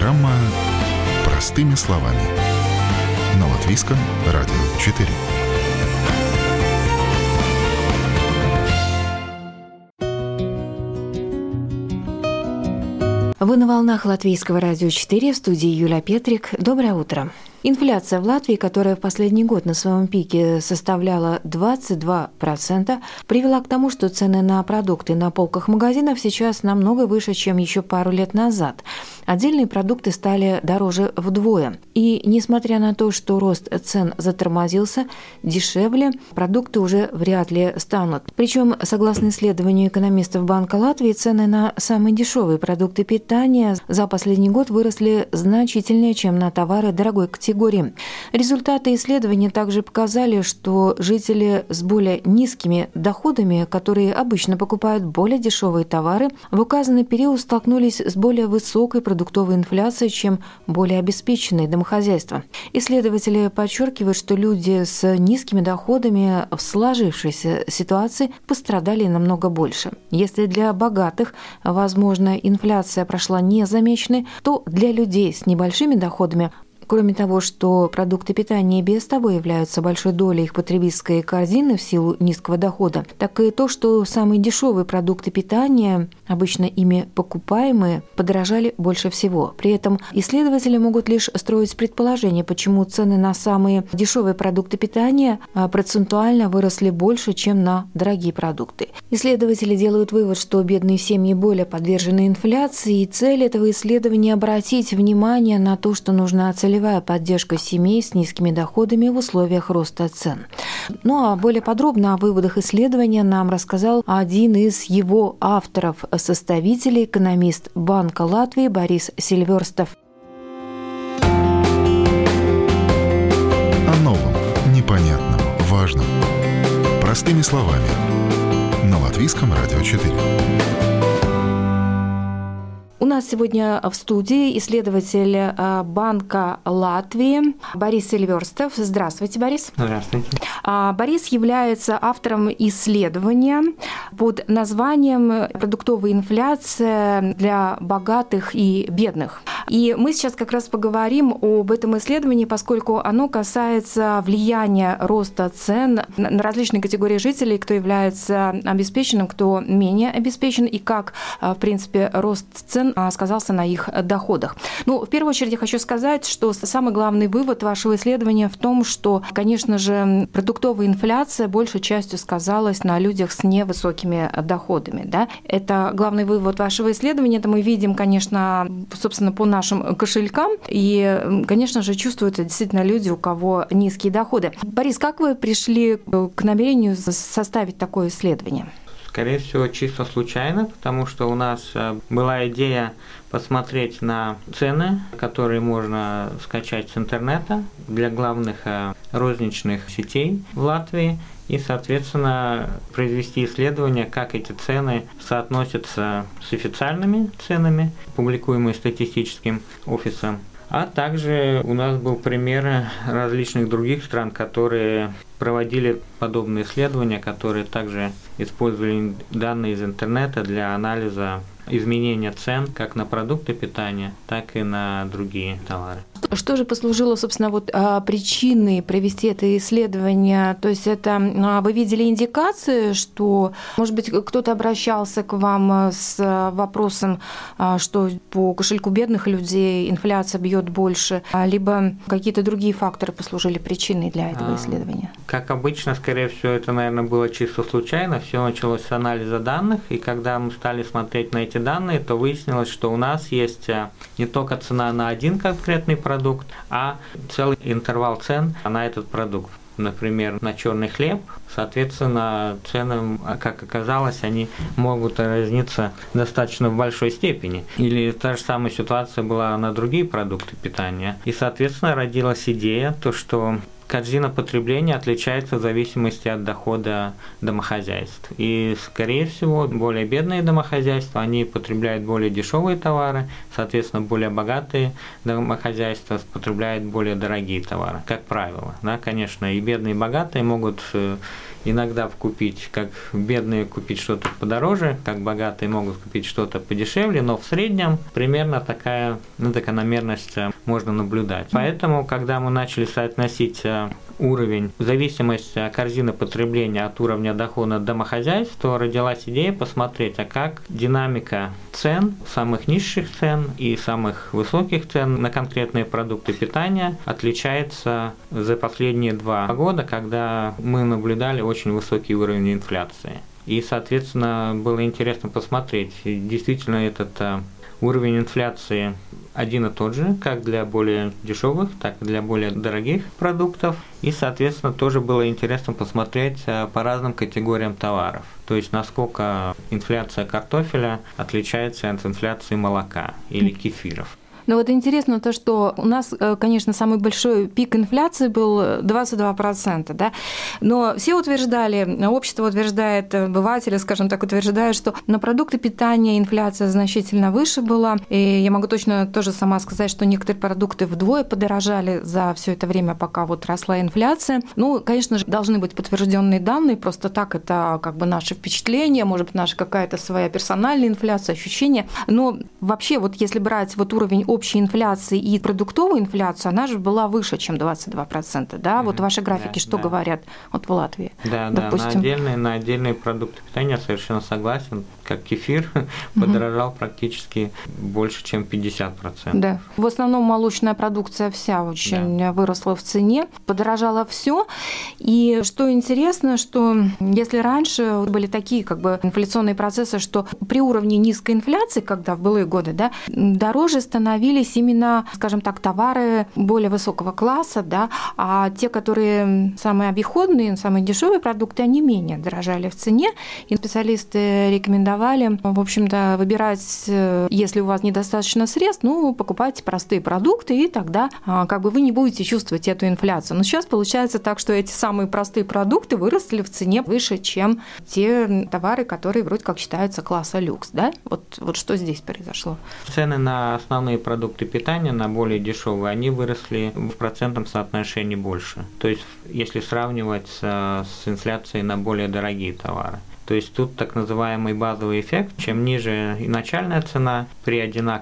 Программа «Простыми словами» на Латвийском радио 4. Вы на волнах Латвийского радио 4, в студии Юлия Петрик. Доброе утро. Инфляция в Латвии, которая в последний год на своем пике составляла 22%, привела к тому, что цены на продукты на полках магазинов сейчас намного выше, чем еще пару лет назад. Отдельные продукты стали дороже вдвое. И несмотря на то, что рост цен затормозился, дешевле продукты уже вряд ли станут. Причем, согласно исследованию экономистов Банка Латвии, цены на самые дешевые продукты питания за последний год выросли значительнее, чем на товары дорогой категории. Результаты исследования также показали, что жители с более низкими доходами, которые обычно покупают более дешевые товары, в указанный период столкнулись с более высокой продуктовой инфляцией, чем более обеспеченные домохозяйства. Исследователи подчеркивают, что люди с низкими доходами в сложившейся ситуации пострадали намного больше. Если для богатых, возможно, инфляция прошла незамеченной, то для людей с небольшими доходами, кроме того, что продукты питания без того являются большой долей их потребительской корзины в силу низкого дохода, так и то, что самые дешевые продукты питания, обычно ими покупаемые, подорожали больше всего. При этом исследователи могут лишь строить предположение, почему цены на самые дешевые продукты питания процентуально выросли больше, чем на дорогие продукты. Исследователи делают вывод, что бедные семьи более подвержены инфляции, и цель этого исследования – обратить внимание на то, что нужна целевая поддержка семей с низкими доходами в условиях роста цен. Ну а более подробно о выводах исследования нам рассказал один из его авторов-составителей, экономист Банка Латвии Борис Сильверстов. О новом, непонятном, важном. Простыми словами. На Латвийском радио 4. У нас сегодня в студии исследователь Банка Латвии Борис Сильверстов. Здравствуйте, Борис. Здравствуйте. Борис является автором исследования под названием «Продуктовая инфляция для богатых и бедных». И мы сейчас как раз поговорим об этом исследовании, поскольку оно касается влияния роста цен на различные категории жителей, кто является обеспеченным, кто менее обеспечен, и как, в принципе, рост цен сказался на их доходах. Ну, в первую очередь я хочу сказать, что самый главный вывод вашего исследования в том, что, конечно же, продуктовая инфляция большей частью сказалась на людях с невысокими доходами. Да? Это главный вывод вашего исследования. Это мы видим, конечно, собственно, по нашим кошелькам. И, конечно же, чувствуют действительно люди, у кого низкие доходы. Борис, как вы пришли к намерению составить такое исследование? Скорее всего, чисто случайно, потому что у нас была идея посмотреть на цены, которые можно скачать с интернета для главных розничных сетей в Латвии, и, соответственно, произвести исследование, как эти цены соотносятся с официальными ценами, публикуемыми статистическим офисом. А также у нас был пример различных других стран, которые проводили подобные исследования, которые также использовали данные из интернета для анализа изменения цен как на продукты питания, так и на другие товары. Что же послужило, собственно, причиной провести это исследование? То есть это вы видели индикации, что, может быть, кто-то обращался к вам с вопросом, что по кошельку бедных людей инфляция бьет больше, либо какие-то другие факторы послужили причиной для этого исследования? Как обычно, скорее всего, это, наверное, было чисто случайно. Все началось с анализа данных, и когда мы стали смотреть на эти данные, то выяснилось, что у нас есть не только цена на один конкретный продукт, а целый интервал цен на этот продукт. Например, на черный хлеб, соответственно, цены, как оказалось, они могут разниться достаточно в большой степени. Или та же самая ситуация была на другие продукты питания. И, соответственно, родилась идея, то, что корзина потребления отличается в зависимости от дохода домохозяйств. И, скорее всего, более бедные домохозяйства, они потребляют более дешевые товары, соответственно, более богатые домохозяйства потребляют более дорогие товары, как правило. Да, конечно, и бедные, и богатые могут иногда купить, как бедные купить что-то подороже, как богатые могут купить что-то подешевле, но в среднем примерно такая закономерность можно наблюдать. Поэтому, когда мы начали соотносить уровень, в зависимости от корзины потребления от уровня дохода домохозяйств, то родилась идея посмотреть, а как динамика цен, самых низших цен и самых высоких цен на конкретные продукты питания отличается за последние 2 года, когда мы наблюдали очень высокий уровень инфляции. И, соответственно, было интересно посмотреть, действительно этот уровень инфляции один и тот же, как для более дешевых, так и для более дорогих продуктов. И, соответственно, тоже было интересно посмотреть по разным категориям товаров. То есть, насколько инфляция картофеля отличается от инфляции молока или кефиров. Но вот интересно то, что у нас, конечно, самый большой пик инфляции был 22%, да? Но все утверждали, общество утверждает, обыватели, скажем так, утверждают, что на продукты питания инфляция значительно выше была. И я могу точно тоже сама сказать, что некоторые продукты вдвое подорожали за все это время, пока вот росла инфляция. Ну, конечно же, должны быть подтвержденные данные, просто так это как бы наше впечатление, может быть, наша какая-то своя персональная инфляция, ощущение. Но вообще, вот если брать вот уровень общей инфляции и продуктовую инфляцию, она же была выше, чем 22%, да? Вот ваши графики что говорят вот в Латвии? Да, допустим. На отдельные продукты питания совершенно согласен. Как кефир подорожал практически больше, чем 50%. Да. В основном молочная продукция вся очень выросла в цене, подорожало все. И что интересно, что если раньше были такие как бы инфляционные процессы, что при уровне низкой инфляции, когда в былые годы, да, дороже становились именно, скажем так, товары более высокого класса, да, а те, которые самые обиходные, самые дешевые продукты, они менее дорожали в цене. И специалисты рекомендовали, в общем-то, выбирать, если у вас недостаточно средств, ну, покупайте простые продукты, и тогда как бы вы не будете чувствовать эту инфляцию. Но сейчас получается так, что эти самые простые продукты выросли в цене выше, чем те товары, которые вроде как считаются класса люкс, да? Вот что здесь произошло? Цены на основные продукты питания, на более дешевые, они выросли в процентном соотношении больше. То есть, если сравнивать с инфляцией на более дорогие товары. То есть тут так называемый базовый эффект. Чем ниже начальная цена при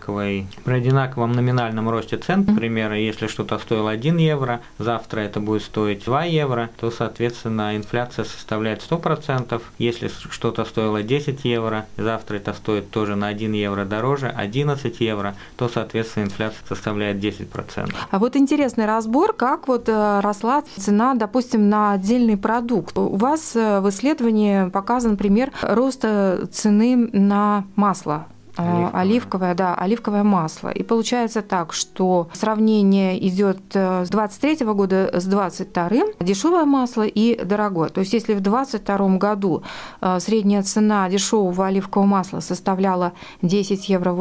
одинаковом номинальном росте цен, например, если что-то стоило 1 евро, завтра это будет стоить 2 евро, то, соответственно, инфляция составляет 100%. Если что-то стоило 10 евро, завтра это стоит тоже на 1 евро дороже, 11 евро, то, соответственно, инфляция составляет 10%. А вот интересный разбор, как вот росла цена, допустим, на отдельный продукт. У вас в исследовании показан пример роста цены на масло. Оливковое масло. И получается так, что сравнение идет с 23 года с 22-м, дешевое масло и дорогое. То есть если в 22 году средняя цена дешевого оливкового масла составляла 10 евро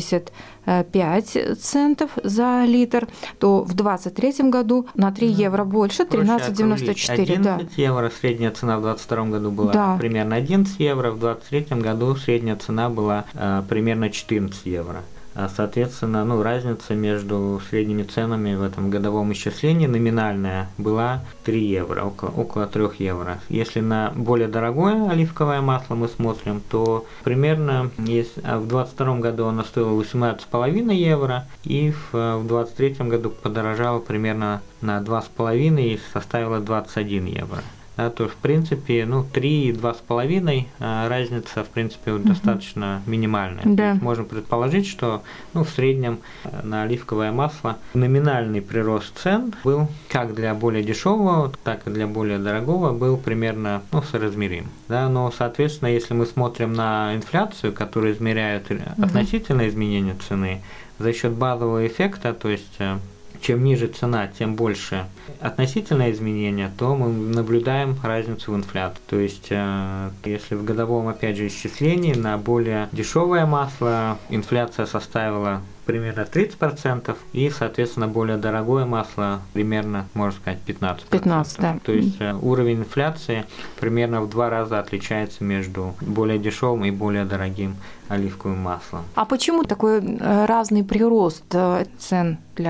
85 центов за литр, то в 23 году на 3 евро больше, 13,94. 11 евро, средняя цена в 22 году была примерно 11 евро, в 23 году средняя цена была примерно 14 евро. Соответственно, разница между средними ценами в этом годовом исчислении номинальная была 3 евро, около 3 евро. Если на более дорогое оливковое масло мы смотрим, то примерно в 2022 году оно стоило 18,5 евро, и в 2023 году подорожало примерно на 2,5 и составило 21 евро. Да, то есть, в принципе, 3 и 2,5 разница, в принципе, достаточно минимальная. Да. То есть можем предположить, что в среднем на оливковое масло номинальный прирост цен был как для более дешевого, так и для более дорогого был примерно соразмерим. Да, но, соответственно, если мы смотрим на инфляцию, которая измеряет относительное изменение цены, за счет базового эффекта, то есть чем ниже цена, тем больше относительное изменение, то мы наблюдаем разницу в инфляции. То есть, если в годовом, опять же, исчислении на более дешевое масло инфляция составила примерно 30%, и, соответственно, более дорогое масло примерно, можно сказать, 15%. 15, да. То есть уровень инфляции примерно в 2 раза отличается между более дешевым и более дорогим оливковым маслом. А почему такой разный прирост цен для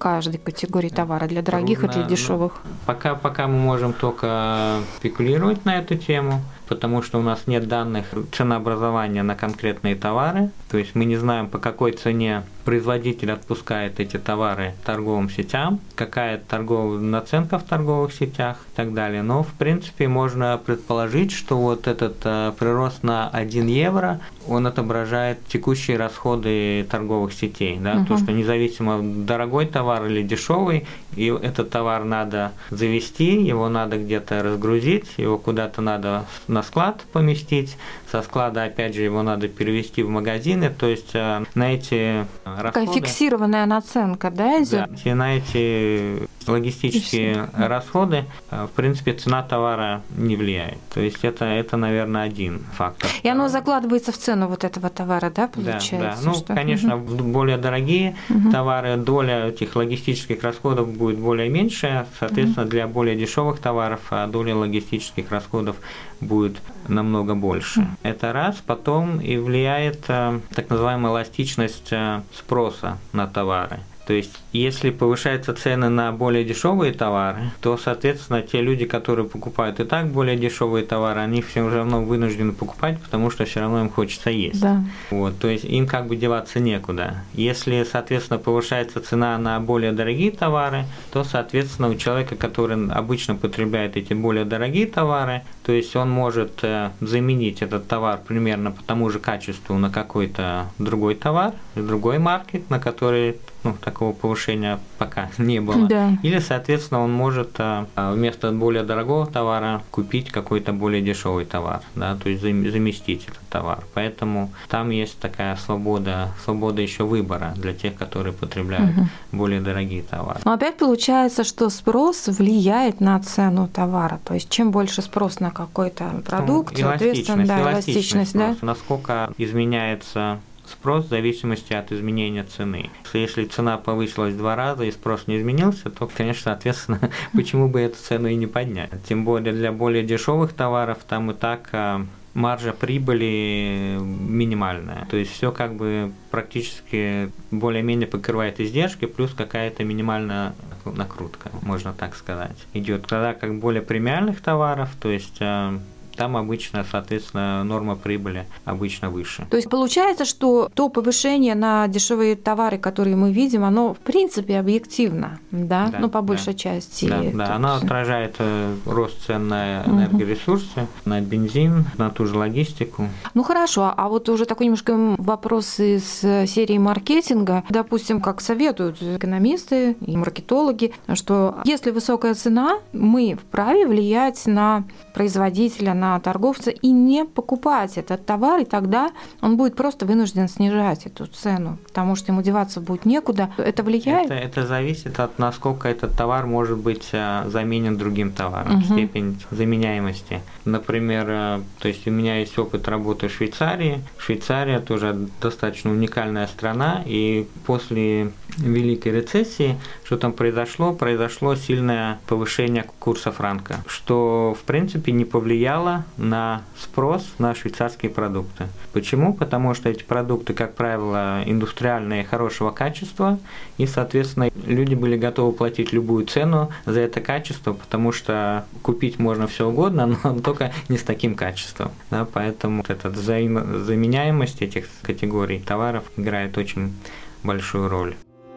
каждой категории товара, для дорогих Трудно, и для дешевых? Пока мы можем только спекулировать на эту тему, потому что у нас нет данных ценообразования на конкретные товары, то есть мы не знаем, по какой цене производитель отпускает эти товары торговым сетям, какая торговая наценка в торговых сетях и так далее. Но, в принципе, можно предположить, что вот этот прирост на 1 евро, он отображает текущие расходы торговых сетей, да, то, что независимо, дорогой товар или дешевый, и этот товар надо завести, его надо где-то разгрузить, его куда-то надо на склад поместить, со склада, опять же, его надо перевести в магазины, то есть на эти расходы... Такая фиксированная наценка, да, идет? Да, на эти логистические расходы, в принципе, цена товара не влияет. То есть это, наверное, один фактор. И оно закладывается в цену вот этого товара, да, получается? Да. Ну, что? Конечно, более дорогие товары, доля этих логистических расходов будет более меньшая, соответственно, для более дешевых товаров доля логистических расходов будет намного больше. Это раз. Потом и влияет так называемая эластичность спроса на товары. То есть, если повышаются цены на более дешевые товары, то, соответственно, те люди, которые покупают и так более дешевые товары, они все равно вынуждены покупать, потому что все равно им хочется есть. Да. Вот, то есть, им как бы деваться некуда. Если, соответственно, повышается цена на более дорогие товары, то, соответственно, у человека, который обычно потребляет эти более дорогие товары, то есть он может заменить этот товар примерно по тому же качеству на какой-то другой товар, другой марки, на который такого повышения пока не было. Да. Или, соответственно, он может вместо более дорогого товара купить какой-то более дешевый товар, да, то есть заместить этот товар. Поэтому там есть такая свобода еще выбора для тех, которые потребляют более дорогие товары. Но опять получается, что спрос влияет на цену товара. То есть чем больше спрос на какой-то продукт, соответственно, эластичность, да? Насколько изменяется спрос в зависимости от изменения цены. Если цена повысилась в 2 раза и спрос не изменился, то, конечно, соответственно, почему бы эту цену и не поднять? Тем более для более дешевых товаров там и так маржа прибыли минимальная. То есть все как бы практически более-менее покрывает издержки, плюс какая-то минимальная накрутка, можно так сказать, идет. Когда как более премиальных товаров, то есть там обычно, соответственно, норма прибыли обычно выше. То есть получается, что то повышение на дешевые товары, которые мы видим, оно в принципе объективно, да? Ну, по большей части. Да, оно отражает рост цен на энергоресурсы, на бензин, на ту же логистику. Ну хорошо, а вот уже такой немножко вопрос из серии маркетинга. Допустим, как советуют экономисты и маркетологи, что если высокая цена, мы вправе влиять на производителя, на торговца и не покупать этот товар, и тогда он будет просто вынужден снижать эту цену, потому что ему деваться будет некуда. Это влияет? Это зависит от насколько этот товар может быть заменен другим товаром, степень заменяемости. Например, то есть у меня есть опыт работы в Швейцарии. Швейцария тоже достаточно уникальная страна, и после Великой рецессии, что там произошло? Произошло сильное повышение курса франка, что, в принципе, не повлияло на спрос на швейцарские продукты. Почему? Потому что эти продукты, как правило, индустриальные, хорошего качества, и, соответственно, люди были готовы платить любую цену за это качество, потому что купить можно все угодно, но только не с таким качеством. Да, поэтому эта взаимозаменяемость этих категорий товаров играет очень большую роль.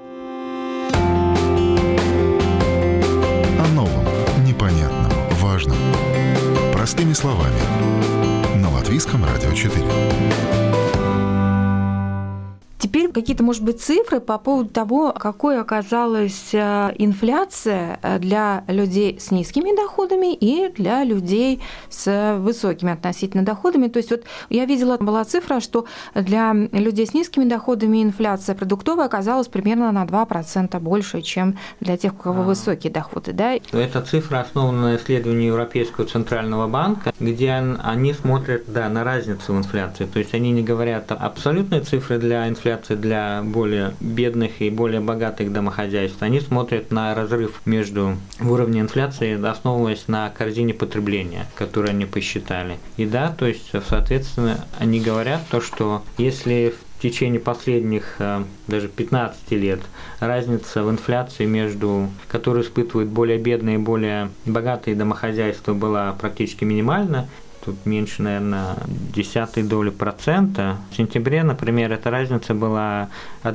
О новом, непонятном, важном. Простыми словами. На Латвийском радио 4. Теперь какие-то, может быть, цифры по поводу того, какой оказалась инфляция для людей с низкими доходами и для людей с высокими относительно доходами. То есть вот я видела, была цифра, что для людей с низкими доходами инфляция продуктовая оказалась примерно на 2% больше, чем для тех, у кого высокие доходы. Да? Эта цифра основана на исследовании Европейского центрального банка, где они смотрят на разницу в инфляции. То есть они не говорят абсолютные цифры для инфляции инфляция для более бедных и более богатых домохозяйств, они смотрят на разрыв между уровнем инфляции, основываясь на корзине потребления, которую они посчитали. И да, то есть, соответственно, они говорят то, что если в течение последних даже 15 лет разница в инфляции которую испытывают более бедные и более богатые домохозяйства, была практически минимальна, тут меньше, наверное, 0,1%. В сентябре, например, эта разница была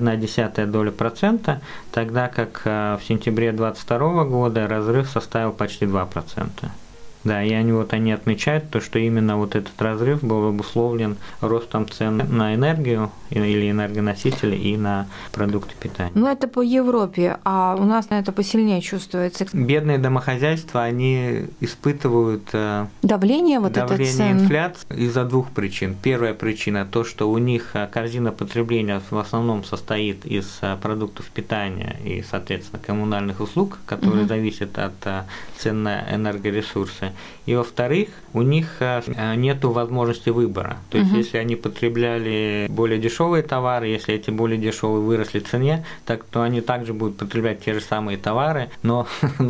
0,1%, тогда как в сентябре 2022 года разрыв составил почти 2%. Да, и они отмечают то, что именно вот этот разрыв был обусловлен ростом цен на энергию или энергоносители и на продукты питания. Ну, это по Европе, а у нас это посильнее чувствуется. Бедные домохозяйства, они испытывают давление инфляции из-за двух причин. Первая причина – то, что у них корзина потребления в основном состоит из продуктов питания и, соответственно, коммунальных услуг, которые зависят от цен на энергоресурсы. И, во-вторых, у них нет возможности выбора. То есть, если они потребляли более дешевые товары, если эти более дешевые выросли в цене, то они также будут потреблять те же самые товары, но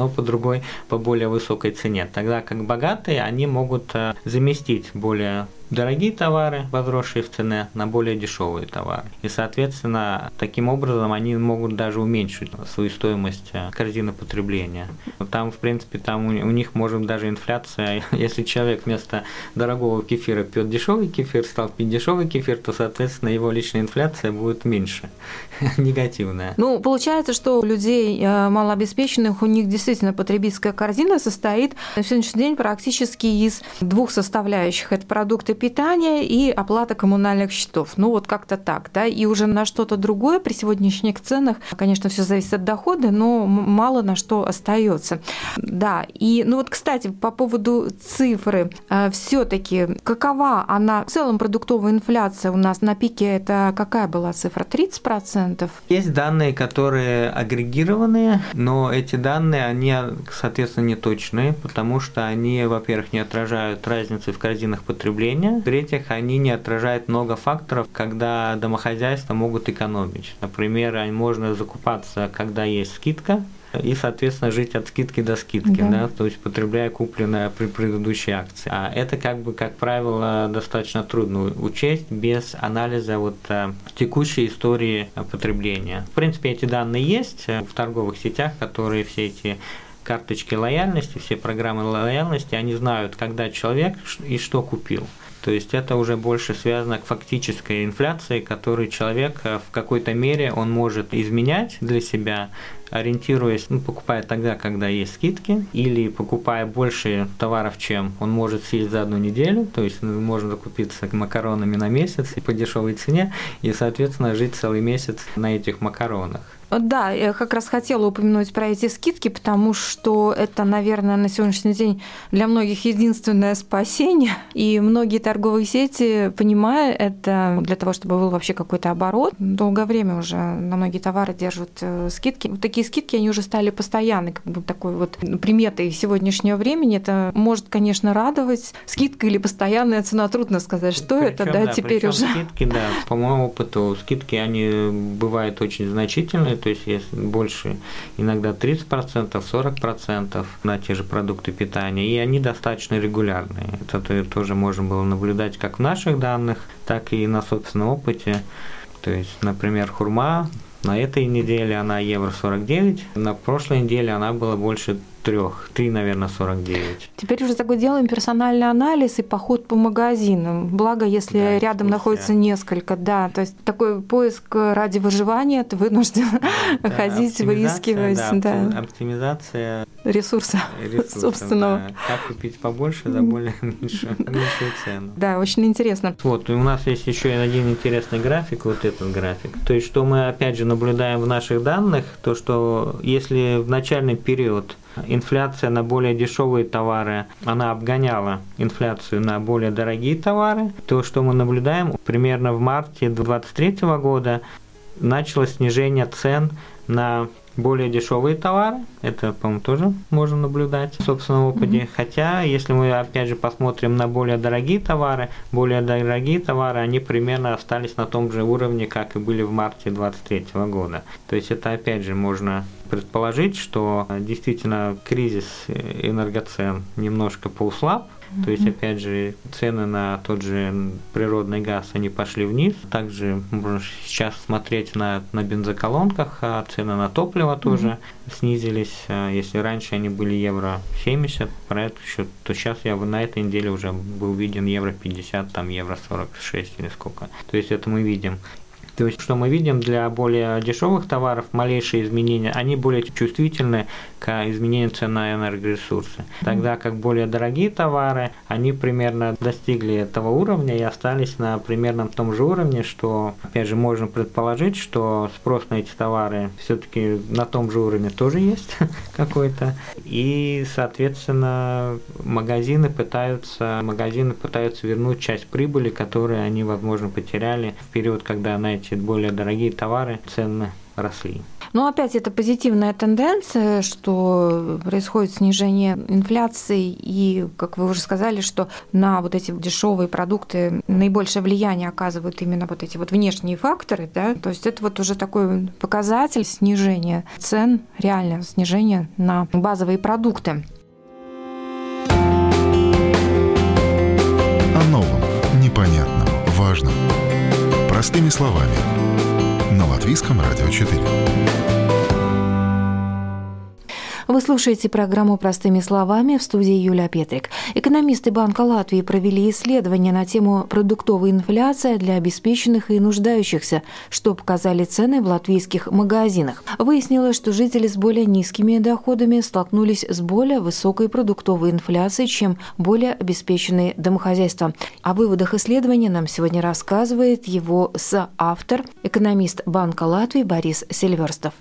по более высокой цене. Тогда как богатые, они могут заместить более дорогие товары, возросшие в цене, на более дешевые товары. И, соответственно, таким образом они могут даже уменьшить свою стоимость корзины потребления. Там, в принципе, у них может даже инфляция, если человек вместо дорогого кефира пьет дешевый кефир, стал пить дешевый кефир, то, соответственно, его личная инфляция будет меньше, негативная. Ну, получается, что у людей малообеспеченных, у них действительно потребительская корзина состоит на сегодняшний день практически из двух составляющих. Это продукты питания и оплата коммунальных счетов. Ну, вот как-то так, да, и уже на что-то другое при сегодняшних ценах, конечно, все зависит от дохода, но мало на что остается. Да, и, ну вот, кстати, по поводу цифры, все-таки какова она, в целом продуктовая инфляция у нас на пике, это какая была цифра, 30%? Есть данные, которые агрегированные, но эти данные, они, соответственно, не точные, потому что они, во-первых, не отражают разницы в корзинах потребления, в-третьих, они не отражают много факторов, когда домохозяйства могут экономить. Например, можно закупаться, когда есть скидка, и, соответственно, жить от скидки до скидки, да, то есть потребляя купленное при предыдущей акции. А это, как правило, достаточно трудно учесть без анализа текущей истории потребления. В принципе, эти данные есть в торговых сетях, которые все эти карточки лояльности, все программы лояльности, они знают, когда человек и что купил. То есть это уже больше связано к фактической инфляции, которую человек в какой-то мере он может изменять для себя, ориентируясь, покупая тогда, когда есть скидки, или покупая больше товаров, чем он может съесть за одну неделю, то есть можно закупиться макаронами на месяц и по дешевой цене, и, соответственно, жить целый месяц на этих макаронах. Да, я как раз хотела упомянуть про эти скидки, потому что это, наверное, на сегодняшний день для многих единственное спасение. И многие торговые сети, понимая это, для того, чтобы был вообще какой-то оборот, долгое время уже на многие товары держат скидки. Вот такие скидки, они уже стали постоянной, такой приметой сегодняшнего времени. Это может, конечно, радовать. Скидка или постоянная цена, трудно сказать, что это, да, теперь уже. Скидки, да, по моему опыту, скидки, они бывают очень значительные. То есть есть больше, иногда 30%, 40% на те же продукты питания, и они достаточно регулярные. Это тоже можно было наблюдать как в наших данных, так и на собственном опыте. То есть, например, хурма на этой неделе она евро 49, на прошлой неделе она была больше 3, наверное, 49. Теперь уже такой делаем персональный анализ и поход по магазинам. Благо, если рядом находится несколько, да, то есть такой поиск ради выживания, ты вынужден ходить, выискивать. Да, оптимизация ресурса собственного. Да. Как купить побольше за более меньшую цену. Да, очень интересно. Вот, и у нас есть еще один интересный график, вот этот график. То есть, что мы опять же наблюдаем в наших данных, то, что если в начальный период инфляция на более дешевые товары, она обгоняла инфляцию на более дорогие товары, то, что мы наблюдаем, примерно в марте 2023 года началось снижение цен на более дешевые товары. Это, по-моему, тоже можно наблюдать в собственном опыте. Хотя, если мы опять же посмотрим на более дорогие товары, они примерно остались на том же уровне, как и были в марте 2023 года. То есть это опять же можно предположить, что действительно кризис энергоцен немножко поуслаб. То есть, опять же, цены на тот же природный газ, они пошли вниз. Также можно сейчас смотреть на бензоколонках, а цены на топливо тоже снизились. Если раньше они были евро 70, про это счет, то сейчас я на этой неделе уже был виден евро 50, там евро 46 или сколько. То есть это мы видим. То есть, что мы видим для более дешевых товаров, малейшие изменения, они более чувствительны к изменению цен на энергоресурсы. Тогда как более дорогие товары, они примерно достигли этого уровня и остались на примерно том же уровне, что, опять же, можно предположить, что спрос на эти товары все-таки на том же уровне тоже есть какой-то. И, соответственно, магазины пытаются вернуть часть прибыли, которую они, возможно, потеряли в период, когда на эти более дорогие товары цены росли. Но опять это позитивная тенденция, что происходит снижение инфляции, и, как вы уже сказали, что на вот эти дешевые продукты наибольшее влияние оказывают именно вот эти вот внешние факторы, да? То есть это вот уже такой показатель снижения цен, реальное снижение на базовые продукты. О новом, непонятном, важном. Простыми словами. На Латвийском радио 4. Вы слушаете программу «Простыми словами», в студии Юлия Петрик. Экономисты Банка Латвии провели исследование на тему «Продуктовая инфляция для обеспеченных и нуждающихся», что показали цены в латвийских магазинах. Выяснилось, что жители с более низкими доходами столкнулись с более высокой продуктовой инфляцией, чем более обеспеченные домохозяйства. О выводах исследования нам сегодня рассказывает его соавтор, экономист Банка Латвии Борис Сильверстов.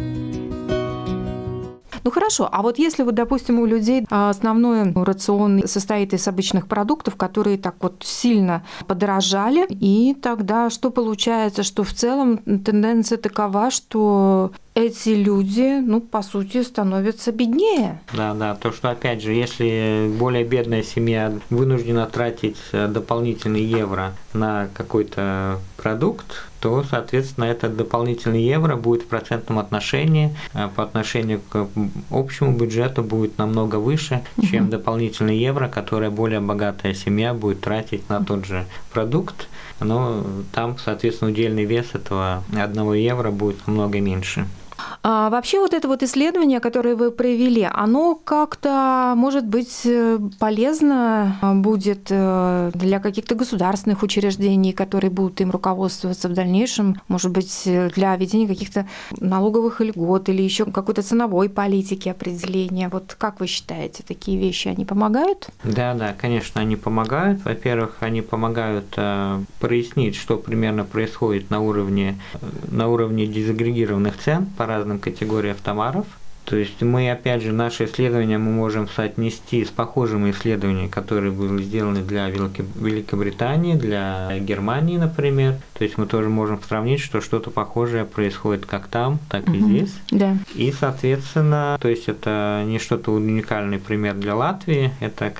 Ну хорошо, а вот если, вот, допустим, у людей основной рацион состоит из обычных продуктов, которые так вот сильно подорожали, и тогда что получается, что в целом тенденция такова, что эти люди, по сути, становятся беднее. Да, то, что, опять же, если более бедная семья вынуждена тратить дополнительные евро на какой-то продукт, то, соответственно, этот дополнительный евро будет в процентном отношении, по отношению к общему бюджету будет намного выше, чем дополнительный евро, который более богатая семья будет тратить на тот же продукт, но там, соответственно, удельный вес этого 1 евро будет намного меньше. Вообще вот это вот исследование, которое вы провели, оно как-то, может быть, полезно будет для каких-то государственных учреждений, которые будут им руководствоваться в дальнейшем, может быть, для ведения каких-то налоговых льгот или еще какой-то ценовой политики определения. Вот как вы считаете, такие вещи, они помогают? Да, конечно, они помогают. Во-первых, они помогают прояснить, что примерно происходит на уровне дезагрегированных цен по разным категориям товаров. То есть мы, опять же, наши исследования мы можем соотнести с похожими исследованиями, которые были сделаны для Великобритании, для Германии, например. То есть мы тоже можем сравнить, что что-то похожее происходит как там, так и здесь. Да. И, соответственно, то есть это не что-то уникальный пример для Латвии, это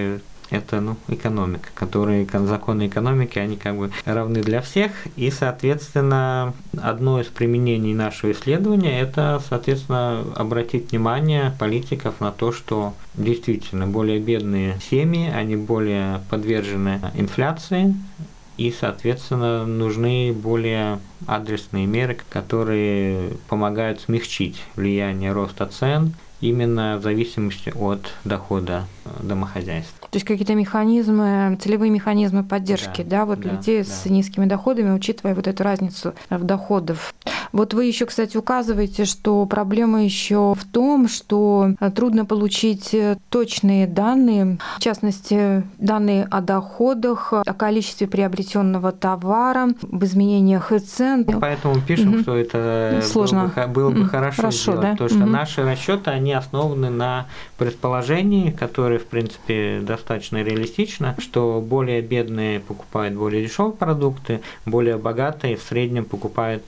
это экономика, законы экономики, они равны для всех, и, соответственно, одно из применений нашего исследования – это, соответственно, обратить внимание политиков на то, что действительно более бедные семьи, они более подвержены инфляции, и, соответственно, нужны более адресные меры, которые помогают смягчить влияние роста цен именно в зависимости от дохода домохозяйства. То есть какие-то механизмы, целевые механизмы поддержки, людей с низкими доходами, учитывая вот эту разницу в доходах. Вот вы еще, кстати, указываете, что проблема еще в том, что трудно получить точные данные, в частности, данные о доходах, о количестве приобретенного товара, об изменениях цен. Поэтому пишем, что это сложно. Было бы хорошо сделать, да? потому что наши расчеты, они основаны на предположении, которое, в принципе, достаточно реалистично, что более бедные покупают более дешевые продукты, более богатые в среднем покупают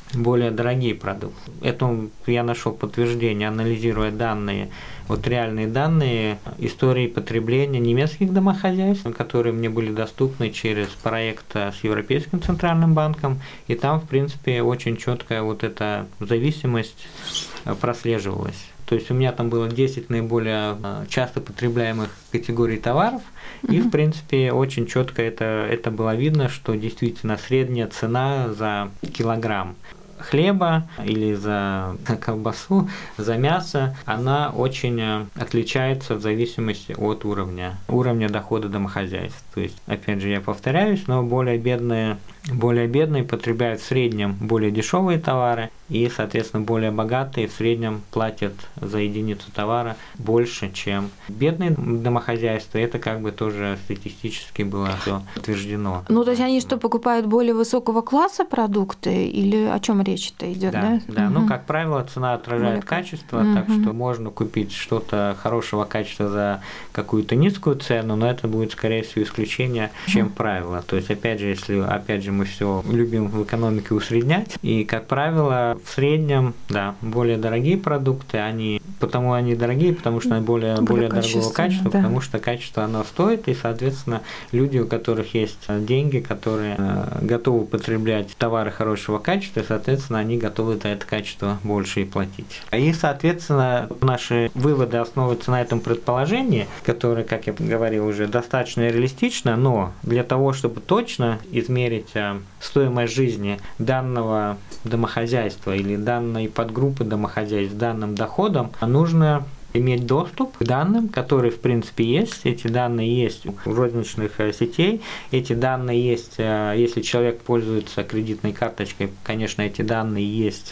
более дорогие продукты. Это я нашел подтверждение, анализируя данные, реальные данные истории потребления немецких домохозяйств, которые мне были доступны через проект с Европейским центральным банком, и там, в принципе, очень четкая эта зависимость прослеживалась. То есть у меня там было 10 наиболее часто потребляемых категорий товаров, и, в принципе, очень четко это было видно, что действительно средняя цена за килограмм хлеба или за колбасу, за мясо, она очень отличается в зависимости от уровня дохода домохозяйств. То есть, опять же, я повторяюсь, но более бедные потребляют в среднем более дешевые товары, и, соответственно, более богатые в среднем платят за единицу товара больше, чем бедные домохозяйства. Это тоже статистически было все утверждено. То есть они что, покупают более высокого класса продукты, или о чем речь-то идет, да? Да, как правило, цена отражает качество, так что можно купить что-то хорошего качества за какую-то низкую цену, но это будет, скорее всего, исключение, чем правило. То есть, опять же, мы все любим в экономике усреднять, и, как правило, в среднем, более дорогие продукты, потому что они более дорогого качества, потому что качество оно стоит, и, соответственно, люди, у которых есть деньги, которые готовы потреблять товары хорошего качества, соответственно, они готовы за это качество больше и платить. И, соответственно, наши выводы основываются на этом предположении, которое, как я говорил уже, достаточно реалистично, но для того, чтобы точно измерить стоимость жизни данного домохозяйства или данной подгруппы домохозяйств с данным доходом, нужно иметь доступ к данным, которые, в принципе, есть. Эти данные есть у розничных сетей, эти данные есть, если человек пользуется кредитной карточкой, конечно, эти данные есть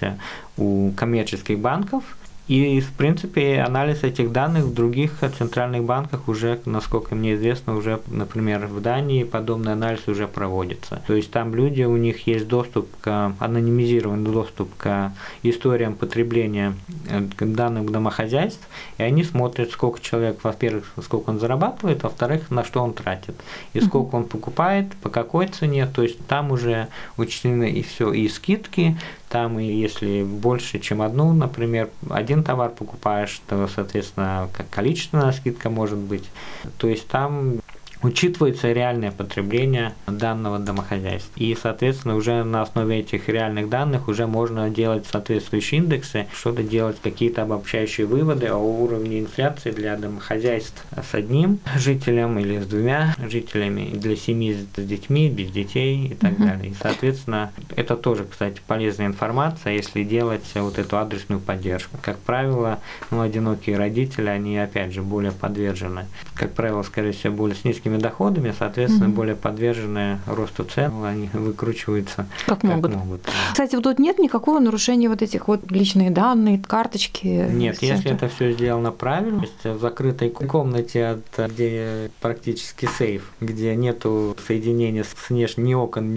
у коммерческих банков. И, в принципе, анализ этих данных в других центральных банках уже, насколько мне известно, уже, например, в Дании подобный анализ уже проводится. То есть там люди, у них есть анонимизированный доступ к историям потребления данных домохозяйств, и они смотрят, сколько человек, во-первых, сколько он зарабатывает, во-вторых, на что он тратит, и сколько он покупает, по какой цене. То есть там уже учтены и все, и скидки. Там, и если больше, чем одну, например, один товар покупаешь, то, соответственно, как количественная скидка может быть. То есть там учитывается реальное потребление данного домохозяйства. И, соответственно, уже на основе этих реальных данных уже можно делать соответствующие индексы, что-то делать, какие-то обобщающие выводы о уровне инфляции для домохозяйств с одним жителем или с двумя жителями, для семьи с детьми, без детей и так далее. И, соответственно, это тоже, кстати, полезная информация, если делать эту адресную поддержку. Как правило, одинокие родители, они, опять же, более подвержены, как правило, скорее всего, более с низкими доходами, соответственно, более подвержены росту цен, они выкручиваются как могут. Кстати, тут нет никакого нарушения этих личные данные, карточки? Нет, если это все сделано правильно, то есть в закрытой комнате, где практически сейф, где нету соединения с внешним, ни окон,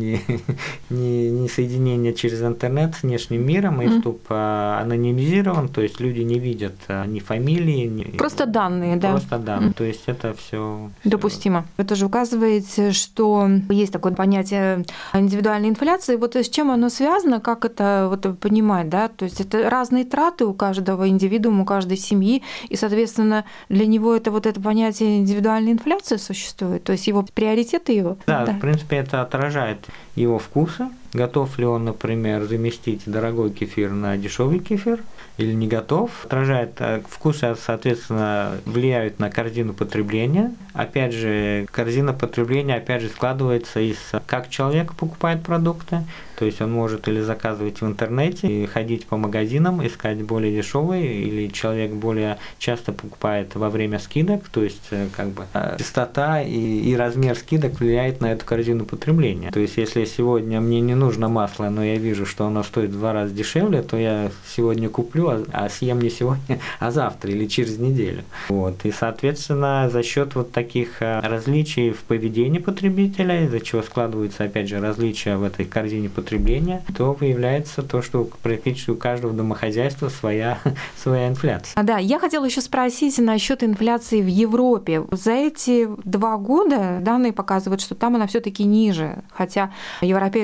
ни соединения через интернет с внешним миром, и вступ анонимизирован, то есть люди не видят ни фамилии, ни... Просто данные, да? Просто данные, то есть это все допустимо. Вы тоже указываете, что есть такое понятие индивидуальной инфляции. С чем оно связано, как это понимать, да? То есть это разные траты у каждого индивидуума, у каждой семьи, и, соответственно, для него это понятие индивидуальной инфляции существует, то есть его приоритеты его. Да, в принципе, это отражает его вкусы. Готов ли он, например, заместить дорогой кефир на дешевый кефир или не готов. Отражает вкусы, соответственно, влияют на корзину потребления. Опять же, корзина потребления складывается из как человек покупает продукты, то есть он может или заказывать в интернете, и ходить по магазинам, искать более дешевые, или человек более часто покупает во время скидок, то есть частота и размер скидок влияет на эту корзину потребления. То есть если сегодня мне не нужно масло, но я вижу, что оно стоит в 2 раза дешевле, то я сегодня куплю, а съем не сегодня, а завтра или через неделю. И, соответственно, за счет таких различий в поведении потребителя, из-за чего складываются, опять же, различия в этой корзине потребления, то выявляется то, что практически у каждого домохозяйства своя инфляция. Да, я хотела еще спросить насчет инфляции в Европе. За эти 2 года данные показывают, что там она все-таки ниже, хотя европейцы утверждают,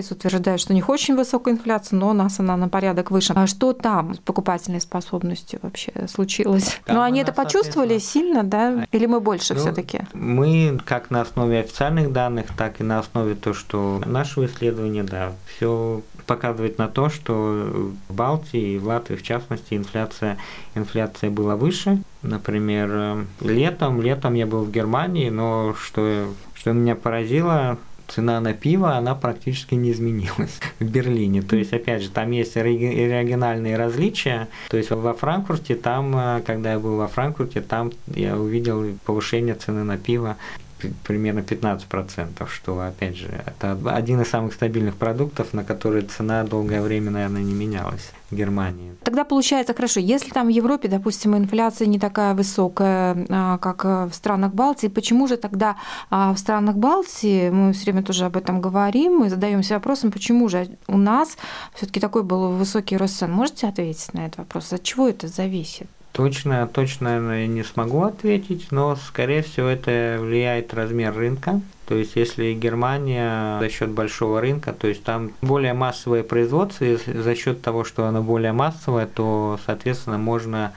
ожидают, что у них очень высокая инфляция, но у нас она на порядок выше. А что там с покупательной способностью вообще случилось? Там они это почувствовали сильно, да? Или мы больше все-таки? Мы как на основе официальных данных, так и на основе того, что нашего исследования, да, все показывает на то, что в Балтии и в Латвии, в частности, инфляция была выше. Например, летом я был в Германии, но что меня поразило, цена на пиво, она практически не изменилась в Берлине. То есть, опять же, там есть региональные различия. То есть, во Франкфурте, когда я был во Франкфурте, там я увидел повышение цены на пиво примерно 15%, что, опять же, это один из самых стабильных продуктов, на который цена долгое время, наверное, не менялась в Германии. Тогда получается, хорошо, если там в Европе, допустим, инфляция не такая высокая, как в странах Балтии, почему же тогда в странах Балтии, мы все время тоже об этом говорим, мы задаемся вопросом, почему же у нас все-таки такой был высокий рост цен? Можете ответить на этот вопрос? От чего это зависит? Точно, наверное, не смогу ответить, но, скорее всего, это влияет размер рынка. То есть, если Германия за счет большого рынка, то есть там более массовое производство, и за счет того, что оно более массовое, то, соответственно, можно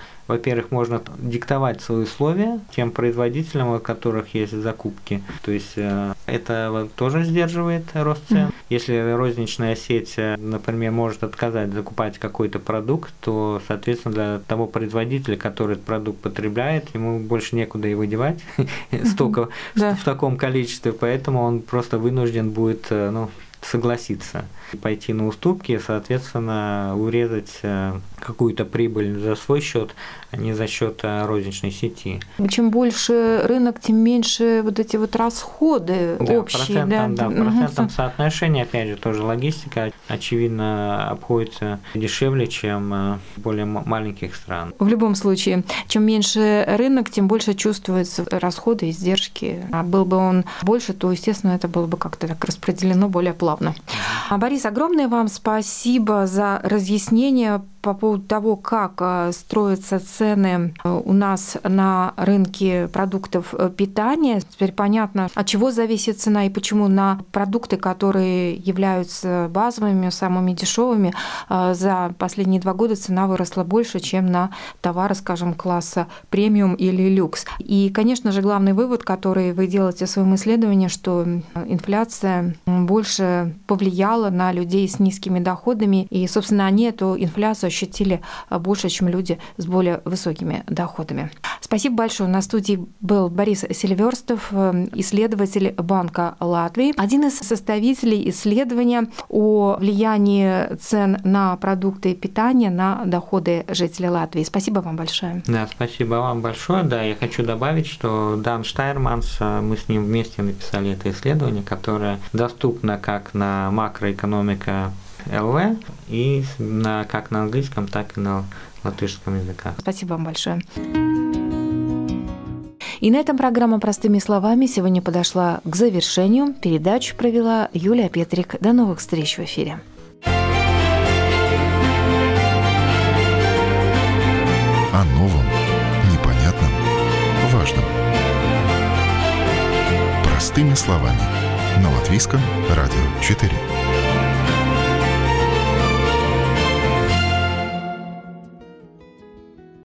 диктовать свои условия тем производителям, у которых есть закупки. То есть это тоже сдерживает рост цен. Если розничная сеть, например, может отказать закупать какой-то продукт, то, соответственно, для того производителя, который этот продукт потребляет, ему больше некуда его девать столько в таком количестве, поэтому он просто вынужден будет согласиться, пойти на уступки, соответственно, урезать какую-то прибыль за свой счет, а не за счет розничной сети. Чем больше рынок, тем меньше вот эти вот расходы общие. Процентном соотношении, опять же, тоже логистика, очевидно, обходится дешевле, чем в более маленьких стран. В любом случае, чем меньше рынок, тем больше чувствуются расходы, издержки. А был бы он больше, то, естественно, это было бы как-то так распределено более плавно. Борис, огромное вам спасибо за разъяснение по поводу того, как строятся цены у нас на рынке продуктов питания. Теперь понятно, от чего зависит цена и почему на продукты, которые являются базовыми, самыми дешевыми, за последние 2 года цена выросла больше, чем на товары, скажем, класса премиум или люкс. И, конечно же, главный вывод, который вы делаете в своем исследовании, что инфляция больше повлияла на людей с низкими доходами, и, собственно, они эту инфляцию ощутили больше, чем люди с более высокими доходами. Спасибо большое. На студии был Борис Селиверстов, исследователь Банка Латвии, один из составителей исследования о влиянии цен на продукты питания на доходы жителей Латвии. Спасибо вам большое. Да, спасибо вам большое. Да, я хочу добавить, что Дан Штайрманс, мы с ним вместе написали это исследование, которое доступно как на макроэкономика ЛВ и как на английском, так и на латышском языках. Спасибо вам большое. И на этом программа «Простыми словами» сегодня подошла к завершению. Передачу провела Юлия Петрик. До новых встреч в эфире. О новом, непонятном, важном. Простыми словами. На Латвийском радио 4.